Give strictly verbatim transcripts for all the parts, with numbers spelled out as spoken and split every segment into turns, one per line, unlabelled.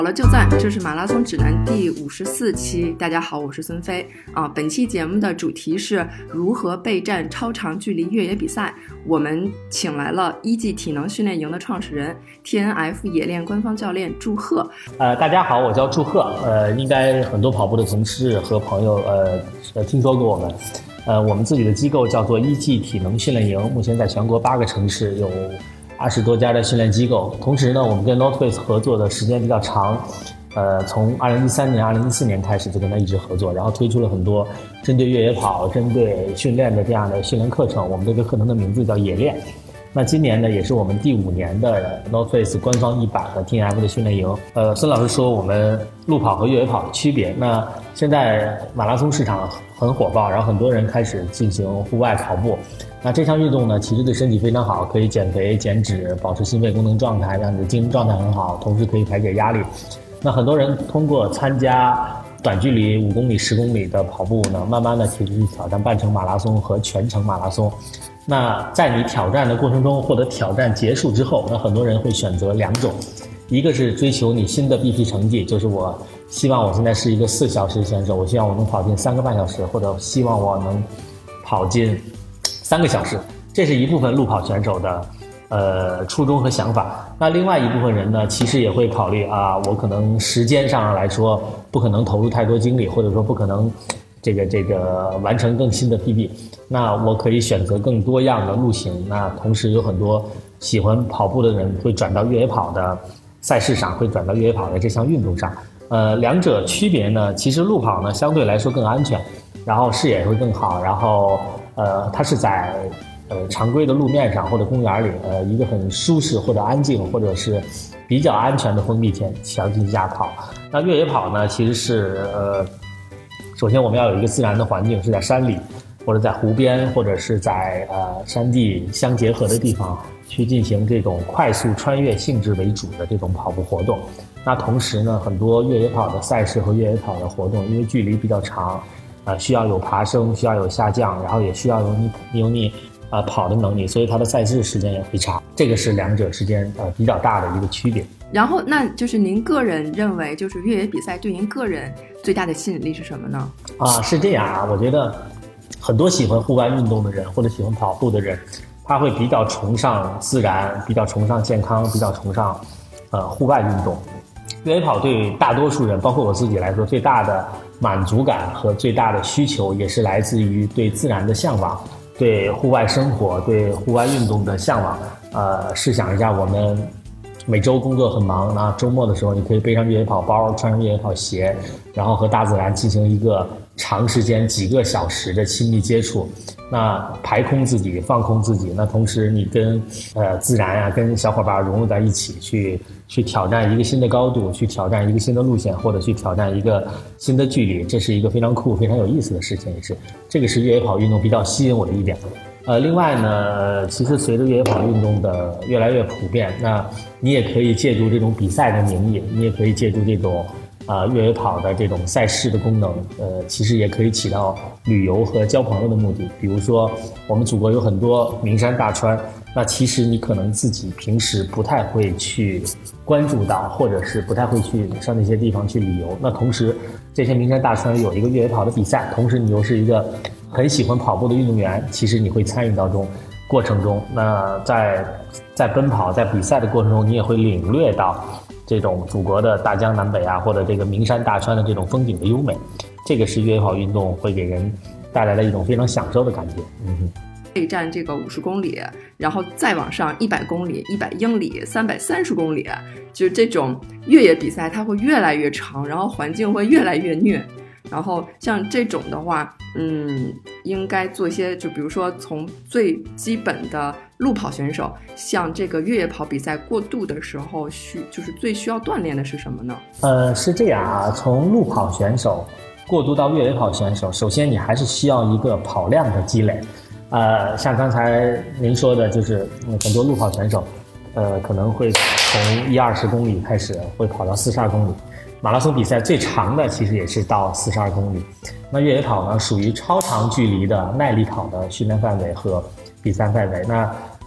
好了就赞，这是马拉松指南第五十四期。大家好，我是孙飞啊。本期节目的主题是如何备战超长距离越野比赛。我们请来了一技体能训练营的创始人 T N F 野练官方教练祝贺。
呃，大家好，我叫祝贺。呃，应该很多跑步的同事和朋友呃呃听说过我们。呃，我们自己的机构叫做一技体能训练营，目前在全国八个城市有二十多家的训练机构。同时呢，我们跟 North Face 合作的时间比较长，呃，从二零一三年、二零一四年开始就跟他一直合作，然后推出了很多针对越野跑、针对训练的这样的训练课程。我们这个课程的名字叫野练。那今年呢，也是我们第五年的 North Face 官方一版的 T N F 的训练营。呃，孙老师说我们路跑和越野跑的区别。那现在马拉松市场很火爆，然后很多人开始进行户外跑步。那这项运动呢，其实对身体非常好，可以减肥、减脂、保持心肺功能状态，让你的精神状态很好，同时可以排解压力。那很多人通过参加短距离五公里、十公里的跑步呢，慢慢的其实去挑战半程马拉松和全程马拉松。那在你挑战的过程中，或者挑战结束之后，那很多人会选择两种，一个是追求你新的 B P 成绩，就是我希望我现在是一个四小时选手，我希望我能跑进三个半小时，或者希望我能跑进三个小时，这是一部分路跑选手的呃初衷和想法。那另外一部分人呢，其实也会考虑啊，我可能时间上来说不可能投入太多精力，或者说不可能这个这个完成更新的 P B， 那我可以选择更多样的路型。那同时有很多喜欢跑步的人会转到越野跑的赛事上，会转到越野跑的这项运动上。呃，两者区别呢，其实路跑呢相对来说更安全，然后视野也会更好，然后呃它是在呃常规的路面上或者公园里，呃一个很舒适或者安静或者是比较安全的封闭前条件下跑。那越野跑呢，其实是呃首先我们要有一个自然的环境，是在山里或者在湖边或者是在呃山地相结合的地方去进行这种快速穿越性质为主的这种跑步活动。那同时呢，很多越野跑的赛事和越野跑的活动因为距离比较长，呃需要有爬升，需要有下降，然后也需要有你有你呃跑的能力，所以它的赛事时间也会长，这个是两者之间呃比较大的一个区别。
然后那就是您个人认为就是越野比赛对您个人最大的吸引力是什么呢？
啊，是这样啊，我觉得很多喜欢户外运动的人或者喜欢跑步的人，他会比较崇尚自然，比较崇尚健康，比较崇尚呃户外运动。越野跑对大多数人，包括我自己来说，最大的满足感和最大的需求也是来自于对自然的向往，对户外生活，对户外运动的向往。呃，试想一下，我们每周工作很忙，那周末的时候你可以背上越野跑包，穿上越野跑鞋，然后和大自然进行一个长时间几个小时的亲密接触，那排空自己，放空自己，那同时你跟呃自然啊，跟小伙伴融入在一起，去去挑战一个新的高度，去挑战一个新的路线，或者去挑战一个新的距离，这是一个非常酷、非常有意思的事情，也是这个是越野跑运动比较吸引我的一点。呃，另外呢，其实随着越野跑运动的越来越普遍，那你也可以借助这种比赛的名义，你也可以借助这种呃越野跑的这种赛事的功能，呃，其实也可以起到旅游和交朋友的目的。比如说，我们祖国有很多名山大川，那其实你可能自己平时不太会去关注到，或者是不太会去上那些地方去旅游。那同时，这些名山大川有一个越野跑的比赛，同时你又是一个很喜欢跑步的运动员，其实你会参与到中过程中，那在在奔跑在比赛的过程中，你也会领略到这种祖国的大江南北啊，或者这个名山大川的这种风景的优美，这个是越野跑运动会给人带来的一种非常享受的感觉。嗯哼，
备战这个五十公里，然后再往上一百公里、一百英里、三百三十公里，就是这种越野比赛它会越来越长，然后环境会越来越虐。然后像这种的话，嗯，应该做一些，就比如说从最基本的路跑选手，像这个越野跑比赛过渡的时候，需就是最需要锻炼的是什么呢？
呃，是这样啊，从路跑选手过渡到越野跑选手，首先你还是需要一个跑量的积累。呃，像刚才您说的，就是很多路跑选手，呃，可能会从一二十公里开始，会跑到四十二公里。马拉松比赛最长的其实也是到四十二公里。那越野跑呢，属于超长距离的耐力跑的训练范围和比赛范围。那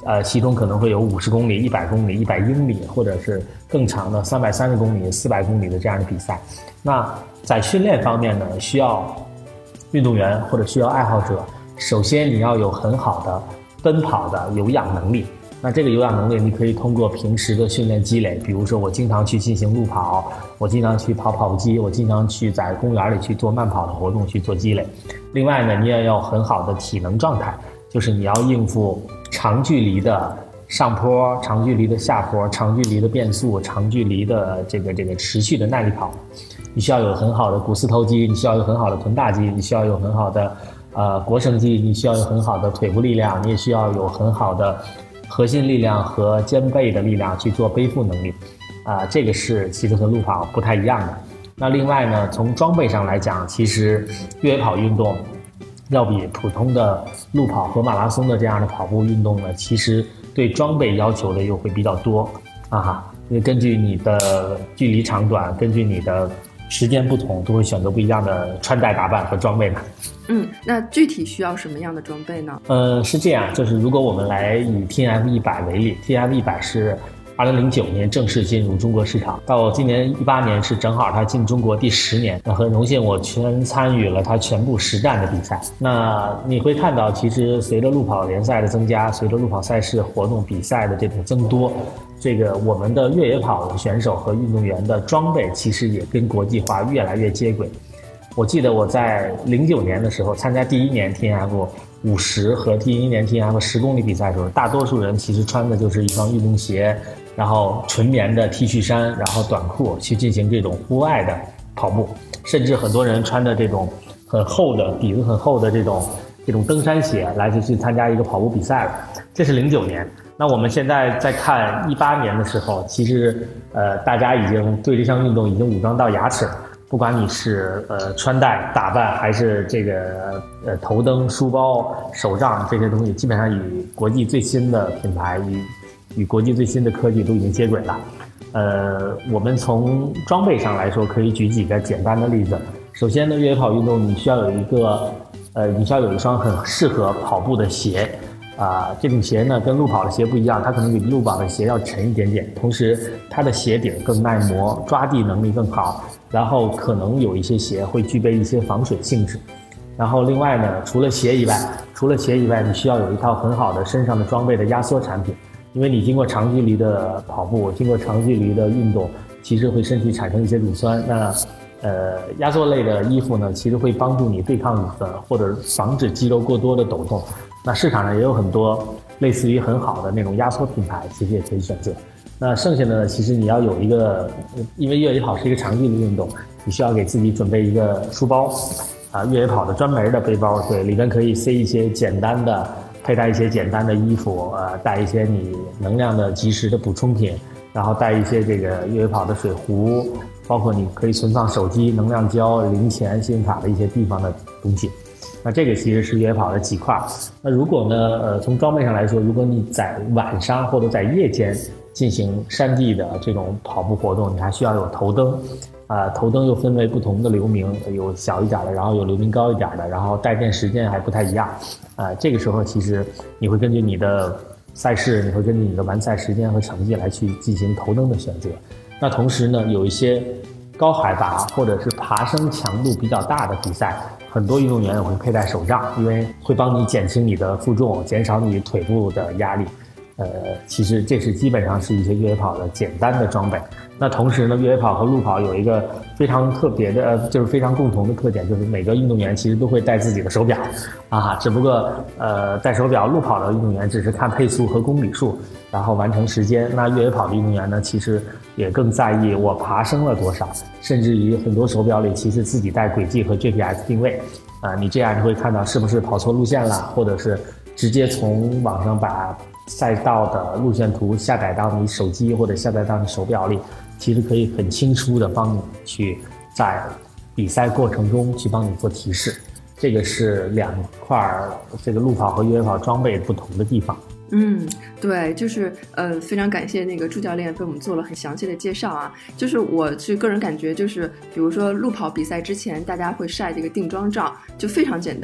呃，其中可能会有五十公里、一百公里、一百英里，或者是更长的三百三十公里、四百公里的这样的比赛。那在训练方面呢，需要运动员或者需要爱好者，首先你要有很好的奔跑的有氧能力。那这个有氧能力，你可以通过平时的训练积累，比如说我经常去进行路跑，我经常去跑跑步机，我经常去在公园里去做慢跑的活动去做积累。另外呢，你也要很好的体能状态，就是你要应付长距离的上坡、长距离的下坡、长距离的变速、长距离的这个这个持续的耐力跑。你需要有很好的股四头肌，你需要有很好的臀大肌，你需要有很好的呃腘绳肌，你需要有很好的腿部力量，你也需要有很好的核心力量和肩背的力量去做背负能力，啊、呃，这个是其实和路跑不太一样的。那另外呢，从装备上来讲，其实越野跑运动要比普通的路跑和马拉松的这样的跑步运动呢，其实对装备要求的又会比较多啊哈，因为根据你的距离长短，根据你的时间不同，都会选择不一样的穿戴打扮和装备的。
嗯，那具体需要什么样的装备呢？
呃，是这样，就是如果我们来以 T M F 一百 为例 ，T M F 一百是二零零九年正式进入中国市场，到今年一八年是正好它进中国第十年，那很荣幸我全参与了它全部实战的比赛。那你会看到，其实随着路跑联赛的增加，随着路跑赛事活动比赛的这种增多，这个我们的越野跑的选手和运动员的装备其实也跟国际化越来越接轨。我记得我在零九年的时候参加第一年 T M F 五十和第一年 T M F 十公里比赛的时候，大多数人其实穿的就是一双运动鞋，然后纯棉的 T 恤衫，然后短裤去进行这种户外的跑步，甚至很多人穿着这种很厚的底子很厚的这种这种登山鞋来去去参加一个跑步比赛了。这是零九年。那我们现在在看一八年的时候，其实呃大家已经对这项运动已经武装到牙齿了。不管你是呃穿戴打扮，还是这个呃头灯、书包、手杖这些东西，基本上与国际最新的品牌、与与国际最新的科技都已经接轨了。呃，我们从装备上来说，可以举几个简单的例子。首先呢，越野跑运动你需要有一个呃，你需要有一双很适合跑步的鞋。啊、呃，这种鞋呢跟路跑的鞋不一样，它可能比路跑的鞋要沉一点点，同时它的鞋底更耐磨，抓地能力更好，然后可能有一些鞋会具备一些防水性质。然后另外呢，除了鞋以外，除了鞋以外，你需要有一套很好的身上的装备的压缩产品，因为你经过长距离的跑步，经过长距离的运动，其实会身体产生一些乳酸。那呃，压缩类的衣服呢，其实会帮助你对抗乳酸，或者防止肌肉过多的抖动。那市场上也有很多类似于很好的那种压缩品牌，其实也可以选择。那剩下的呢，其实你要有一个，因为越野跑是一个长距离运动，你需要给自己准备一个书包，啊，越野跑的专门的背包，对，里边可以塞一些简单的，佩戴一些简单的衣服，呃，带一些你能量的及时的补充品，然后带一些这个越野跑的水壶，包括你可以存放手机、能量胶、零钱、信用卡的一些地方的东西。那这个其实是越野跑的几块。那如果呢，呃，从装备上来说，如果你在晚上或者在夜间进行山地的这种跑步活动，你还需要有头灯，啊、呃，头灯又分为不同的流明，有小一点的，然后有流明高一点的，然后带电时间还不太一样，啊、呃，这个时候其实你会根据你的赛事，你会根据你的完赛时间和成绩来去进行头灯的选择。那同时呢，有一些高海拔或者是爬升强度比较大的比赛，很多运动员也会佩戴手杖，因为会帮你减轻你的负重，减少你腿部的压力。呃，其实这是基本上是一些越野跑的简单的装备。那同时呢，越野跑和路跑有一个非常特别的，呃，就是非常共同的特点，就是每个运动员其实都会带自己的手表，啊，只不过呃，带手表路跑的运动员只是看配速和公里数，然后完成时间。那越野跑的运动员呢，其实也更在意我爬升了多少，甚至于很多手表里其实自己带轨迹和 G P S 定位，啊、呃，你这样就会看到是不是跑错路线了，或者是直接从网上把赛道的路线图下载到你手机或者下载到你手表里，其实可以很清楚的帮你去在比赛过程中去帮你做提示。这个是两块这个路跑和越野跑装备不同的地方。
嗯，对，就是呃，非常感谢那个朱教练为我们做了很详细的介绍啊。就是我是个人感觉，就是比如说路跑比赛之前，大家会晒这个定妆照，就非常简单，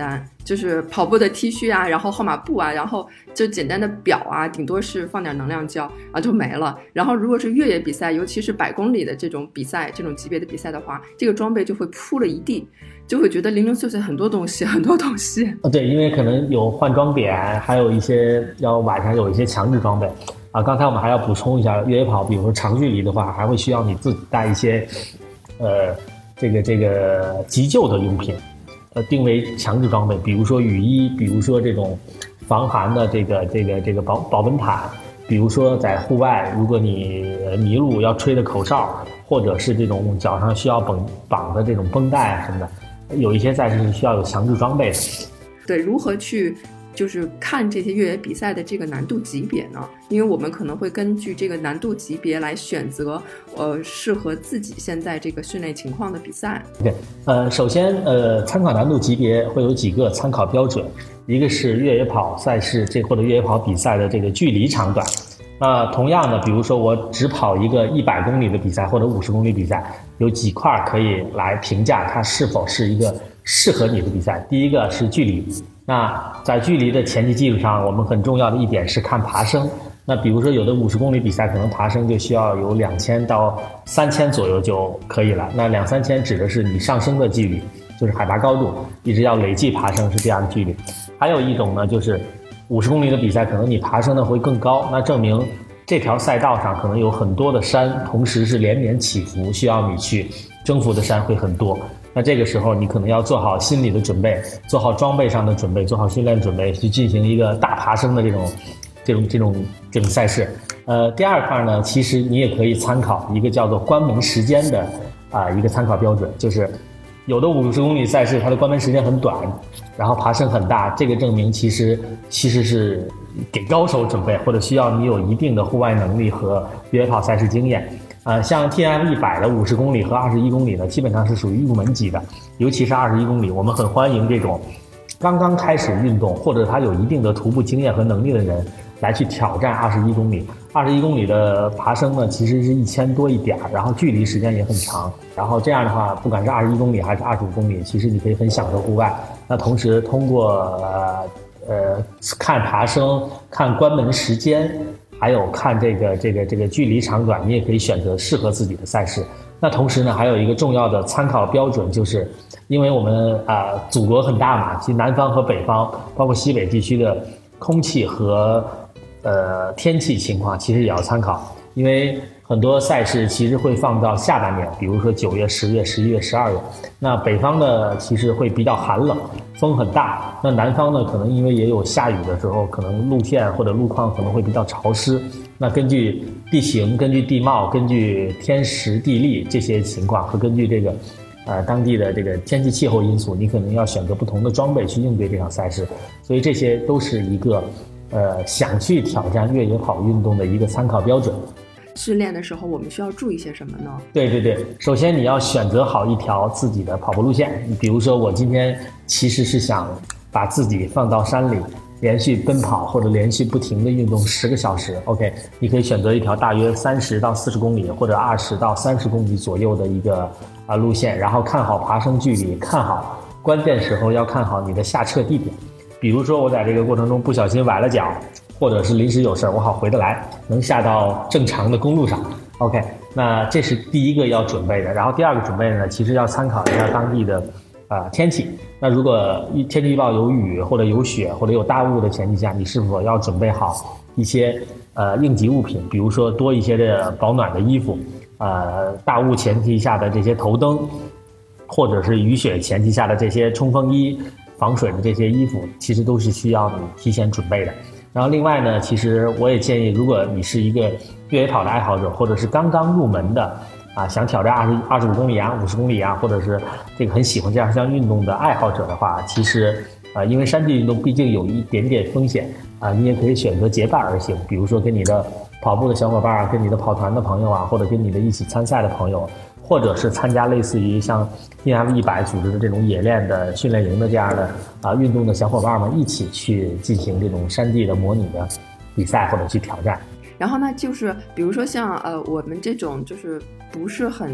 就是跑步的 T 恤啊，然后号码布啊，然后就简单的表啊，顶多是放点能量胶，然后就没了。然后如果是越野比赛，尤其是百公里的这种比赛，这种级别的比赛的话，这个装备就会铺了一地，就会觉得零零碎碎很多东西，很多东西。
哦，对，因为可能有换装点，还有一些要晚上有一些强制装备啊。刚才我们还要补充一下，越野跑，比如说长距离的话，还会需要你自己带一些，呃，这个这个急救的用品，呃，定为强制装备，比如说雨衣，比如说这种防寒的这个这个这个保保温毯，比如说在户外，如果你迷路要吹的口哨，或者是这种脚上需要绑绑的这种绷带啊什么的，有一些赛事是需要有强制装备的。
对，如何去就是看这些越野比赛的这个难度级别呢？因为我们可能会根据这个难度级别来选择呃适合自己现在这个训练情况的比赛。
对，呃，首先呃参考难度级别会有几个参考标准，一个是越野跑赛事这或者越野跑比赛的这个距离长短。那同样的，比如说我只跑一个一百公里的比赛或者五十公里比赛，有几块可以来评价它是否是一个适合你的比赛。第一个是距离，那在距离的前期基础上，我们很重要的一点是看爬升。那比如说有的五十公里比赛可能爬升就需要有两千到三千左右就可以了。那两三千指的是你上升的距离，就是海拔高度，一直要累计爬升是这样的距离。还有一种呢，就是五十公里的比赛，可能你爬升的会更高，那证明这条赛道上可能有很多的山，同时是连绵起伏，需要你去征服的山会很多。那这个时候你可能要做好心理的准备，做好装备上的准备，做好训练准备，去进行一个大爬升的这种这种这种这种赛事。呃，第二块呢，其实你也可以参考一个叫做关门时间的啊、呃、一个参考标准，就是有的五十公里赛事它的关门时间很短，然后爬升很大，这个证明其实其实是给高手准备，或者需要你有一定的户外能力和越野跑赛事经验。呃，像 T M F 一百的五十公里和二十一公里呢，基本上是属于入门级的，尤其是二十一公里，我们很欢迎这种刚刚开始运动或者他有一定的徒步经验和能力的人来去挑战二十一公里。二十一公里的爬升呢，其实是一千多一点，然后距离时间也很长。然后这样的话，不管是二十一公里还是二十五公里，其实你可以很享受户外。那同时通过呃呃看爬升、看关门时间，还有看这个这个这个距离长短，你也可以选择适合自己的赛事。那同时呢，还有一个重要的参考标准，就是因为我们啊、呃、祖国很大嘛，其实南方和北方，包括西北地区的空气和呃天气情况，其实也要参考。因为很多赛事其实会放到下半年，比如说九月、十月、十一月、十二月。那北方呢，其实会比较寒冷，风很大。那南方呢，可能因为也有下雨的时候，可能路线或者路况可能会比较潮湿。那根据地形、根据地貌、根据天时地利这些情况，和根据这个呃当地的这个天气气候因素，你可能要选择不同的装备去应对这场赛事。所以这些都是一个呃想去挑战越野跑运动的一个参考标准。
训练的时候我们需要注意些什么呢？
对对对，首先你要选择好一条自己的跑步路线。比如说我今天其实是想把自己放到山里，连续奔跑或者连续不停的运动十个小时 OK， 你可以选择一条大约三十到四十公里或者二十到三十公里左右的一个啊路线，然后看好爬升距离，看好关键时候要看好你的下撤地点。比如说我在这个过程中不小心崴了脚，或者是临时有事我好回得来，能下到正常的公路上 OK， 那这是第一个要准备的。然后第二个准备呢，其实要参考一下当地的呃天气。那如果天气预报有雨或者有雪或者有大雾的前提下，你是否要准备好一些呃应急物品，比如说多一些的保暖的衣服，呃大雾前提下的这些头灯，或者是雨雪前提下的这些冲锋衣、防水的这些衣服，其实都是需要你提前准备的。然后另外呢，其实我也建议，如果你是一个越野跑的爱好者，或者是刚刚入门的啊，想挑战二十二十五公里啊、五十公里啊，或者是这个很喜欢这样项运动的爱好者的话，其实啊，因为山地运动毕竟有一点点风险啊，你也可以选择结伴而行，比如说跟你的跑步的小伙伴啊，跟你的跑团的朋友啊，或者跟你的一起参赛的朋友，或者是参加类似于像 T M F 一百组织的这种野练的训练营的这样的啊运动的小伙伴们一起去进行这种山地的模拟的比赛或者去挑战。
然后呢，就是比如说像呃我们这种就是不是很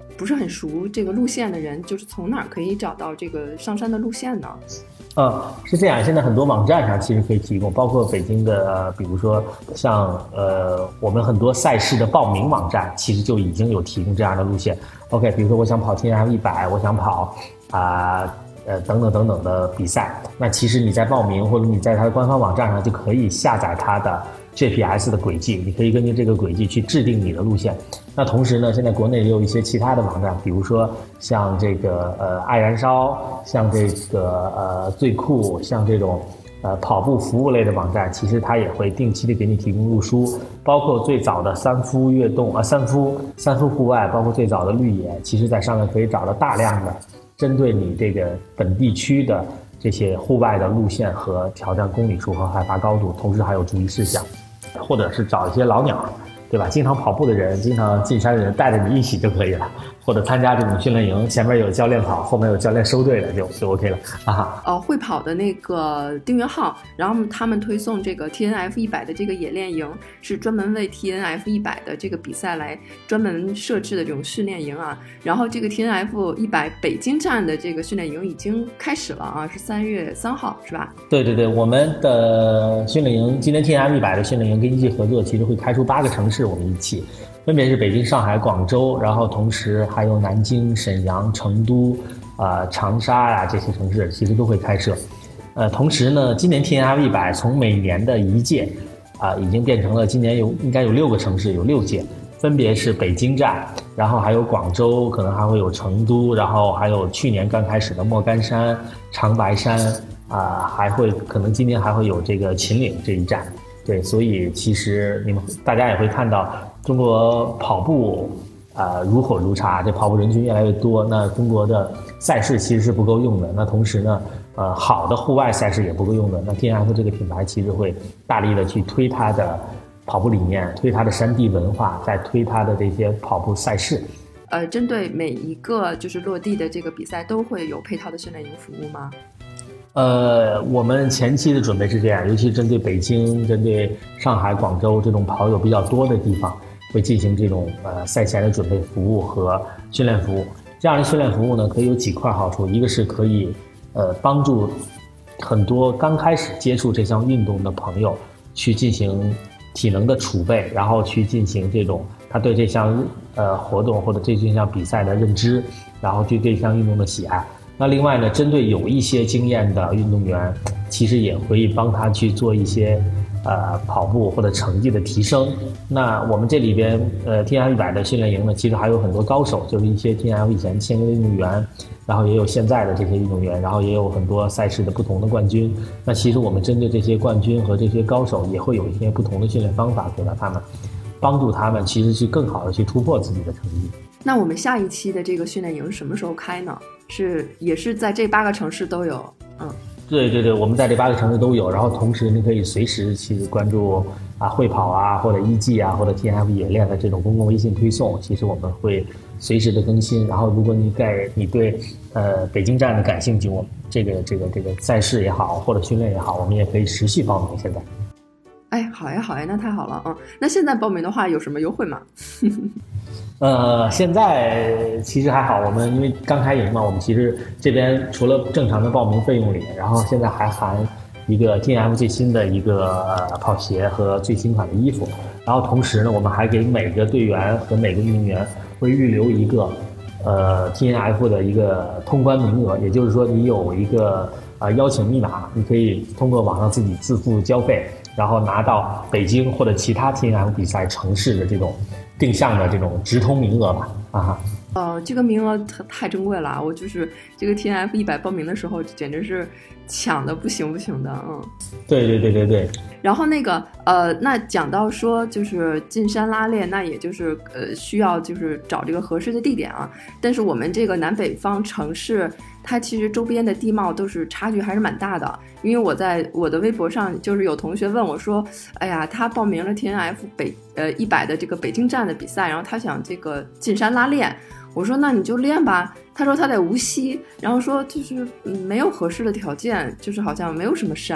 不是很熟这个路线的人，就是从哪儿可以找到这个上山的路线呢？
呃，是这样，现在很多网站上其实可以提供，包括北京的，呃、比如说像呃我们很多赛事的报名网站，其实就已经有提供这样的路线。OK， 比如说我想跑 T N F 一百，我想跑啊呃, 呃等等等等的比赛，那其实你在报名或者你在它的官方网站上就可以下载它的 G P S 的轨迹，你可以根据这个轨迹去制定你的路线。那同时呢，现在国内也有一些其他的网站，比如说像这个呃爱燃烧，像这个呃最酷，像这种呃跑步服务类的网站，其实它也会定期的给你提供路书，包括最早的三夫悦动啊、呃、三夫三夫户外，包括最早的绿野，其实在上面可以找到大量的针对你这个本地区的这些户外的路线和挑战公里数和海拔高度，同时还有注意事项，或者是找一些老鸟，对吧？经常跑步的人，经常进山的人，带着你一起就可以了。或者参加这种训练营，前面有教练跑，后面有教练收队的，就就 OK 了啊。
呃，会跑的那个订阅号，然后他们推送这个 T N F 一百的这个野练营，是专门为 T N F 一百的这个比赛来专门设置的这种训练营啊。然后这个 T N F 一百北京站的这个训练营已经开始了啊，是三月三号是吧？
对对对，我们的训练营，今年 T N F 一百的训练营跟一汽合作，其实会开出八个城市，我们一起。分别是北京、上海、广州，然后同时还有南京、沈阳、成都、呃长沙呀、啊、这些城市，其实都会开设。呃，同时呢，今年 T N F 一百从每年的一届啊、呃，已经变成了今年有应该有六个城市，有六届，分别是北京站，然后还有广州，可能还会有成都，然后还有去年刚开始的莫干山、长白山啊、呃，还会可能今年还会有这个秦岭这一站。对，所以其实你们大家也会看到。中国跑步啊、呃、如火如茶，这跑步人群越来越多，那中国的赛事其实是不够用的。那同时呢，呃，好的户外赛事也不够用的。那 T N F 这个品牌其实会大力的去推它的跑步理念，推它的山地文化，再推它的这些跑步赛事。
呃，针对每一个就是落地的这个比赛，都会有配套的训练营服务吗？
呃，我们前期的准备是这样，尤其针对北京、针对上海、广州这种跑友比较多的地方。会进行这种呃赛前的准备服务和训练服务。这样的训练服务呢，可以有几块好处，一个是可以呃帮助很多刚开始接触这项运动的朋友去进行体能的储备，然后去进行这种他对这项呃活动或者这项比赛的认知，然后对这项运动的喜爱。那另外呢，针对有一些经验的运动员，其实也可以帮他去做一些呃跑步或者成绩的提升。那我们这里边呃 T N F 一百的训练营呢，其实还有很多高手，就是一些 T N F 以前签约的运动员，然后也有现在的这些运动员，然后也有很多赛事的不同的冠军。那其实我们针对这些冠军和这些高手，也会有一些不同的训练方法给到他们，帮助他们其实去更好的去突破自己的成绩。
那我们下一期的这个训练营什么时候开呢？是也是在这八个城市都有？嗯，
对对对，我们在这八个城市都有，然后同时你可以随时去关注啊会跑啊或者一技啊或者 T N F 野练的这种公共微信推送，其实我们会随时的更新。然后如果你在你对呃北京站的感兴趣，我们这个这个这个赛事也好或者训练也好，我们也可以持续报名。现在，
哎，好呀好呀，那太好了。嗯，那现在报名的话有什么优惠吗？
呃，现在其实还好，我们因为刚开营嘛，我们其实这边除了正常的报名费用里，然后现在还含一个 T N F 最新的一个呃跑鞋和最新款的衣服，然后同时呢，我们还给每个队员和每个运动员会预留一个呃 T N F 的一个通关名额，也就是说你有一个呃邀请密码，你可以通过网上自己自付交费，然后拿到北京或者其他 T N F 比赛城市的这种定向的这种直通名额吧，啊哈。
呃，这个名额太珍贵了，我就是这个 T N F 一百报名的时候，简直是抢的不行不行的，嗯。
对对对对对。
然后那个呃，那讲到说就是进山拉练，那也就是呃需要就是找这个合适的地点啊。但是我们这个南北方城市，它其实周边的地貌都是差距还是蛮大的。因为我在我的微博上，就是有同学问我说，哎呀，他报名了 T N F 北呃一百的这个北京站的比赛，然后他想这个进山拉练。我说那你就练吧。他说他在无锡，然后说就是、嗯、没有合适的条件，就是好像没有什么山。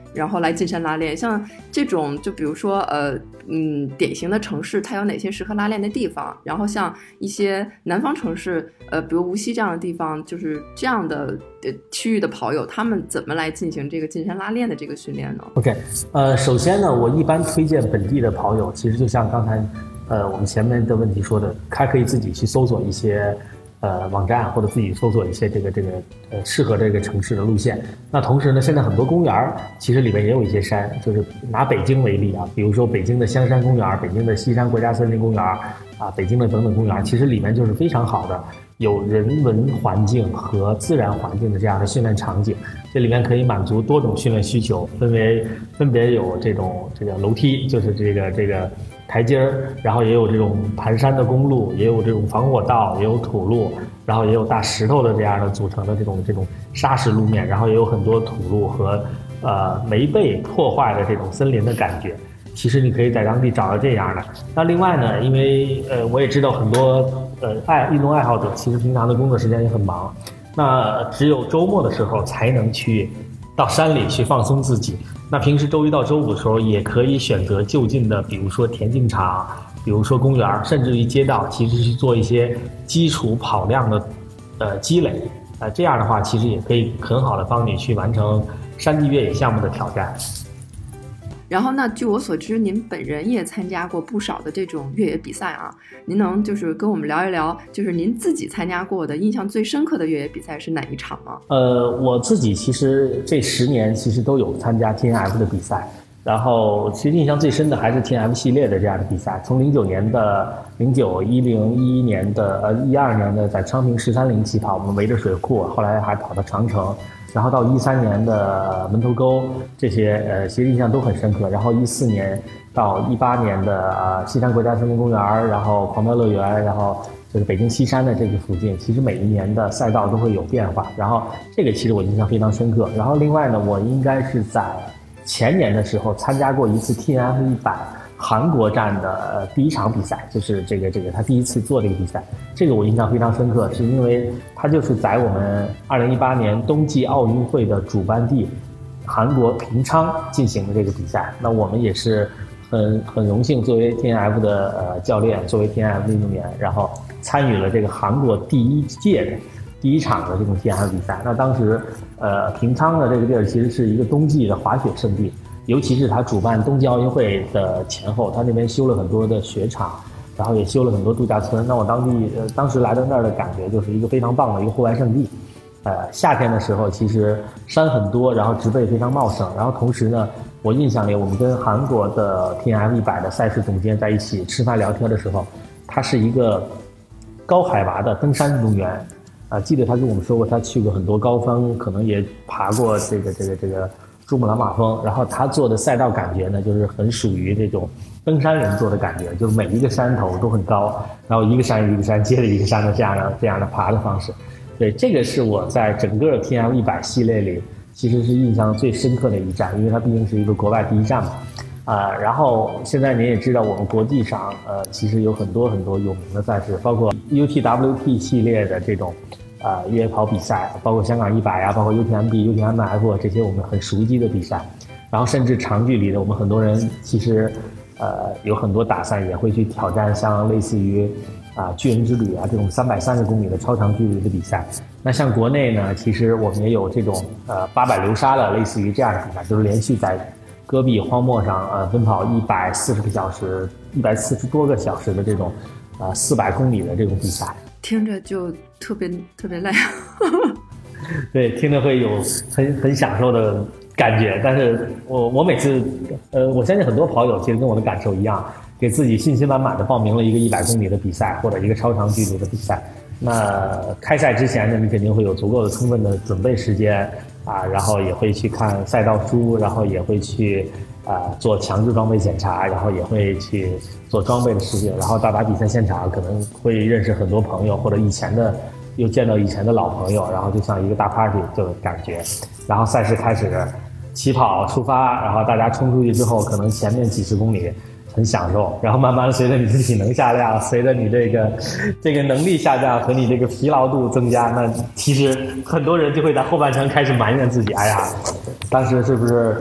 然后来进山拉练。像这种就比如说呃嗯典型的城市它有哪些适合拉练的地方，然后像一些南方城市呃比如无锡这样的地方，就是这样的呃区域的跑友他们怎么来进行这个进山拉练的这个训练呢？
OK， 呃首先呢，我一般推荐本地的跑友，其实就像刚才呃我们前面的问题说的，他可以自己去搜索一些呃网站，或者自己搜索一些这个这个呃适合这个城市的路线。那同时呢，现在很多公园其实里面也有一些山，就是拿北京为例啊，比如说北京的香山公园、北京的西山国家森林公园啊，北京的等等公园，其实里面就是非常好的有人文环境和自然环境的这样的训练场景。这里面可以满足多种训练需求，分为分别有这种这个楼梯，就是这个这个台阶儿，然后也有这种盘山的公路，也有这种防火道，也有土路，然后也有大石头的这样的组成的这种这种砂石路面，然后也有很多土路和呃没被破坏的这种森林的感觉。其实你可以在当地找到这样的。那另外呢，因为呃我也知道很多呃爱运动爱好者其实平常的工作时间也很忙，那只有周末的时候才能去到山里去放松自己。那平时周一到周五的时候也可以选择就近的，比如说田径场，比如说公园，甚至于街道，其实去做一些基础跑量的呃积累。呃这样的话其实也可以很好的帮你去完成山地越野项目的挑战。
然后呢，据我所知，您本人也参加过不少的这种越野比赛啊，您能就是跟我们聊一聊，就是您自己参加过的印象最深刻的越野比赛是哪一场吗？
呃，我自己其实这十年其实都有参加 T N F 的比赛，然后其实印象最深的还是 T N F 系列的这样的比赛，从零九年的零九一零一一年的呃一二年的在昌平十三陵起跑，我们围着水库，后来还跑到长城。然后到一三年的门头沟，这些呃其实印象都很深刻。然后一四年到一八年的呃西山国家森林公园，然后狂飙乐园，然后就是北京西山的这个附近，其实每一年的赛道都会有变化。然后这个其实我印象非常深刻。然后另外呢，我应该是在前年的时候参加过一次 T N F 一百韩国站的第一场比赛，就是这个这个他第一次做这个比赛，这个我印象非常深刻，是因为他就是在我们二零一八年冬季奥运会的主办地韩国平昌进行的这个比赛。那我们也是很很荣幸作为 T N F 的呃教练，作为 T N F 的运动员，然后参与了这个韩国第一届的第一场的这种 T N F 比赛。那当时呃平昌的这个地儿其实是一个冬季的滑雪胜地，尤其是他主办冬季奥运会的前后，他那边修了很多的雪场，然后也修了很多度假村。那我当地呃当时来到那儿的感觉就是一个非常棒的一个户外胜地。呃，夏天的时候其实山很多，然后植被非常茂盛。然后同时呢，我印象里我们跟韩国的 T N F 一百的赛事总监在一起吃饭聊天的时候，他是一个高海拔的登山运动员。啊、呃，记得他跟我们说过，他去过很多高峰，可能也爬过这个这个这个珠穆朗玛峰。然后他做的赛道感觉呢，就是很属于这种登山人做的感觉，就是每一个山头都很高，然后一个山一个山接着一个山的这样的这样的爬的方式。对，这个是我在整个 T N F 一百系列里其实是印象最深刻的一站，因为它毕竟是一个国外第一站嘛。啊、呃，然后现在您也知道，我们国际上呃其实有很多很多有名的赛事，包括 U T W P 系列的这种呃越野跑比赛，包括香港一百啊，包括 U T M B、U T M F 这些我们很熟悉的比赛。然后甚至长距离的，我们很多人其实呃有很多打算也会去挑战像类似于啊，巨人之旅啊，这种三百三十公里的超长距离的比赛。那像国内呢，其实我们也有这种呃八百流沙的，类似于这样的比赛，就是连续在戈壁荒漠上呃奔跑一百四十个小时、一百四十多个小时的这种呃四百公里的这种比赛。
听着就特别特别累。
对，听着会有很很享受的感觉。但是我我每次呃，我相信很多跑友其实跟我的感受一样。给自己信心满满的报名了一个一百公里的比赛或者一个超长距离的比赛，那开赛之前呢，你肯定会有足够的充分的准备时间啊，然后也会去看赛道书，然后也会去啊做强制装备检查，然后也会去做装备的试验，然后到达比赛现场可能会认识很多朋友，或者以前的又见到以前的老朋友，然后就像一个大 party 这种感觉。然后赛事开始，起跑出发，然后大家冲出去之后，可能前面几十公里很享受，然后慢慢随着你的体能下降，随着你这个这个能力下降和你这个疲劳度增加，那其实很多人就会在后半程开始埋怨自己，哎呀，当时是不是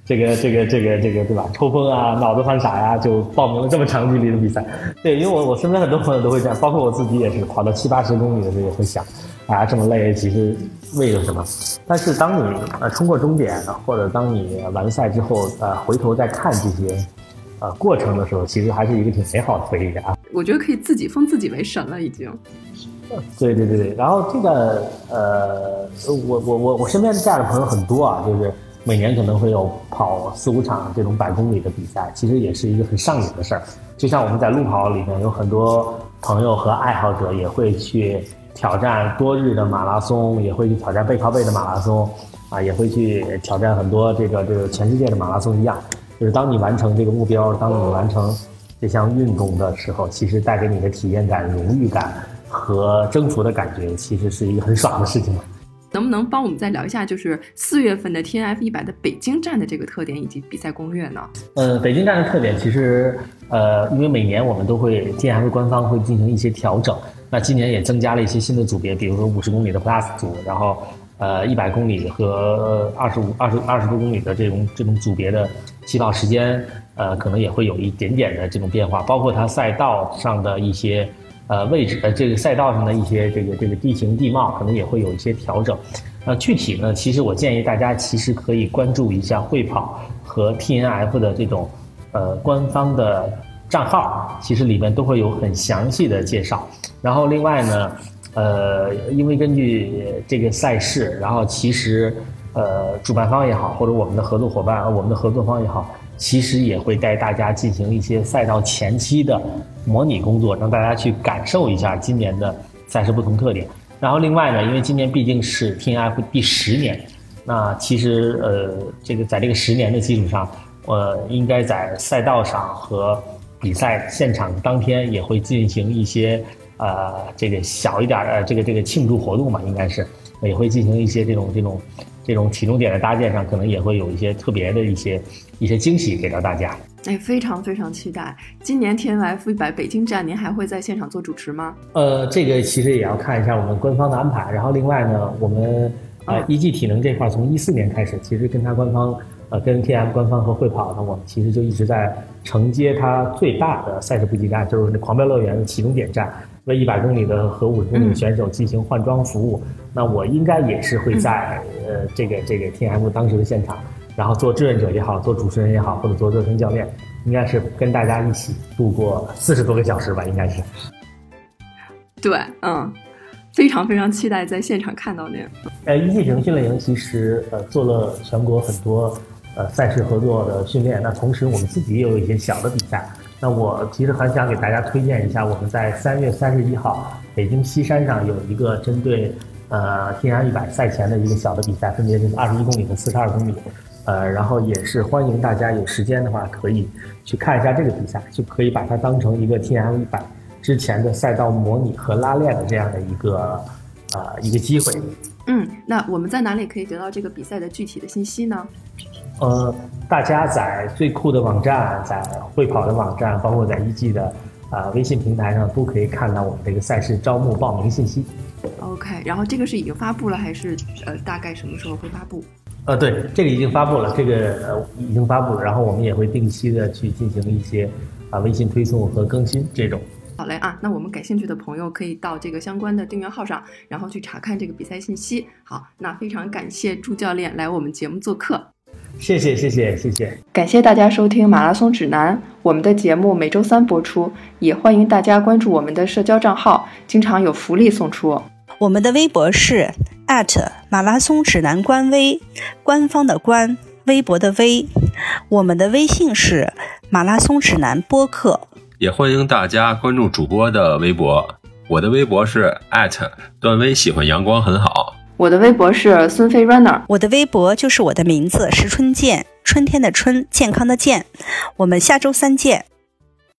这个这个这个这个对吧？抽风啊，脑子犯傻呀，就报名了这么长距离的比赛。对，因为我我身边很多朋友都会这样，包括我自己也是，跑到七八十公里的时候也会想，啊，这么累，其实为了什么？但是当你呃冲过终点，或者当你完赛之后，呃，回头再看这些呃过程的时候，其实还是一个挺美好的回忆的啊。
我觉得可以自己封自己为神了，已经。
对对对对，然后这个呃，我我我我身边这样的朋友很多啊，就是每年可能会有跑四五场这种百公里的比赛，其实也是一个很上瘾的事儿。就像我们在路跑里面有很多朋友和爱好者也会去挑战多日的马拉松，也会去挑战背靠背的马拉松，啊，也会去挑战很多这个这个全世界的马拉松一样。就是当你完成这个目标，当你完成这项运动的时候，其实带给你的体验感、荣誉感和征服的感觉，其实是一个很爽的事情。
能不能帮我们再聊一下，就是四月份的 T N F 一百的北京站的这个特点以及比赛攻略呢？
呃，北京站的特点其实，呃，因为每年我们都会 T N F 官方会进行一些调整，那今年也增加了一些新的组别，比如说五十公里的 Plus 组，然后呃一百公里和二十五、二十二十多公里的这种这种组别的起跑时间，呃，可能也会有一点点的这种变化，包括它赛道上的一些。呃，位置呃，这个赛道上的一些这个这个地形地貌可能也会有一些调整。呃，具体呢，其实我建议大家其实可以关注一下会跑和 T N F 的这种呃官方的账号，其实里面都会有很详细的介绍。然后另外呢，呃，因为根据这个赛事，然后其实呃主办方也好，或者我们的合作伙伴、我们的合作方也好。其实也会带大家进行一些赛道前期的模拟工作，让大家去感受一下今年的赛事不同特点。然后另外呢，因为今年毕竟是 T N F 第十年，那其实呃，这个在这个十年的基础上，呃，应该在赛道上和比赛现场当天也会进行一些呃这个小一点的这个这个庆祝活动嘛，应该是也会进行一些这种这种。这种起终点的搭建上，可能也会有一些特别的一些一些惊喜给到大家。
哎，非常非常期待今年 T N F 一百北京站，您还会在现场做主持吗？
呃，这个其实也要看一下我们官方的安排。然后另外呢，我们呃一技体能这块从一四年开始，其实跟他官方呃跟 T N F 官方和会跑呢，我们其实就一直在承接它最大的赛事补给站，就是那狂飙乐园的起终点站。为一百公里的和五十公里的选手进行换装服务，嗯、那我应该也是会在、嗯、呃这个这个 T N F 当时的现场，然后做志愿者也好，做主持人也好，或者做热身教练，应该是跟大家一起度过四十多个小时吧，应该是。
对，嗯，非常非常期待在现场看到您。
呃，一技体能训练营其实呃做了全国很多呃赛事合作的训练，那同时我们自己也有一些小的比赛。那我其实很想给大家推荐一下，我们在三月三十一号北京西山上有一个针对呃 T N F 一百赛前的一个小的比赛，分别就是二十一公里和四十二公里，呃，然后也是欢迎大家有时间的话可以去看一下这个比赛，就可以把它当成一个 T N F 一百之前的赛道模拟和拉练的这样的一个呃一个机会。
嗯，那我们在哪里可以得到这个比赛的具体的信息呢？
呃，大家在最酷的网站，在会跑的网站，包括在一技的啊、呃、微信平台上，都可以看到我们这个赛事招募报名信息。
OK， 然后这个是已经发布了，还是呃大概什么时候会发布？
呃，对，这个已经发布了，这个呃已经发布了，然后我们也会定期的去进行一些啊、呃、微信推送和更新这种。
好嘞啊，那我们感兴趣的朋友可以到这个相关的订阅号上，然后去查看这个比赛信息。好，那非常感谢朱教练来我们节目做客。
谢谢谢谢谢谢，
感谢大家收听马拉松指南，我们的节目每周三播出，也欢迎大家关注我们的社交账号，经常有福利送出。
我们的微博是 at 马拉松指南官微，官方的官，微博的微。我们的微信是马拉松指南播客，
也欢迎大家关注主播的微博，我的微博是 at 段威喜欢阳光很好。
我的微博是孙飞 runner，
我的微博就是我的名字石春健，春天的春，健康的健。我们下周三见。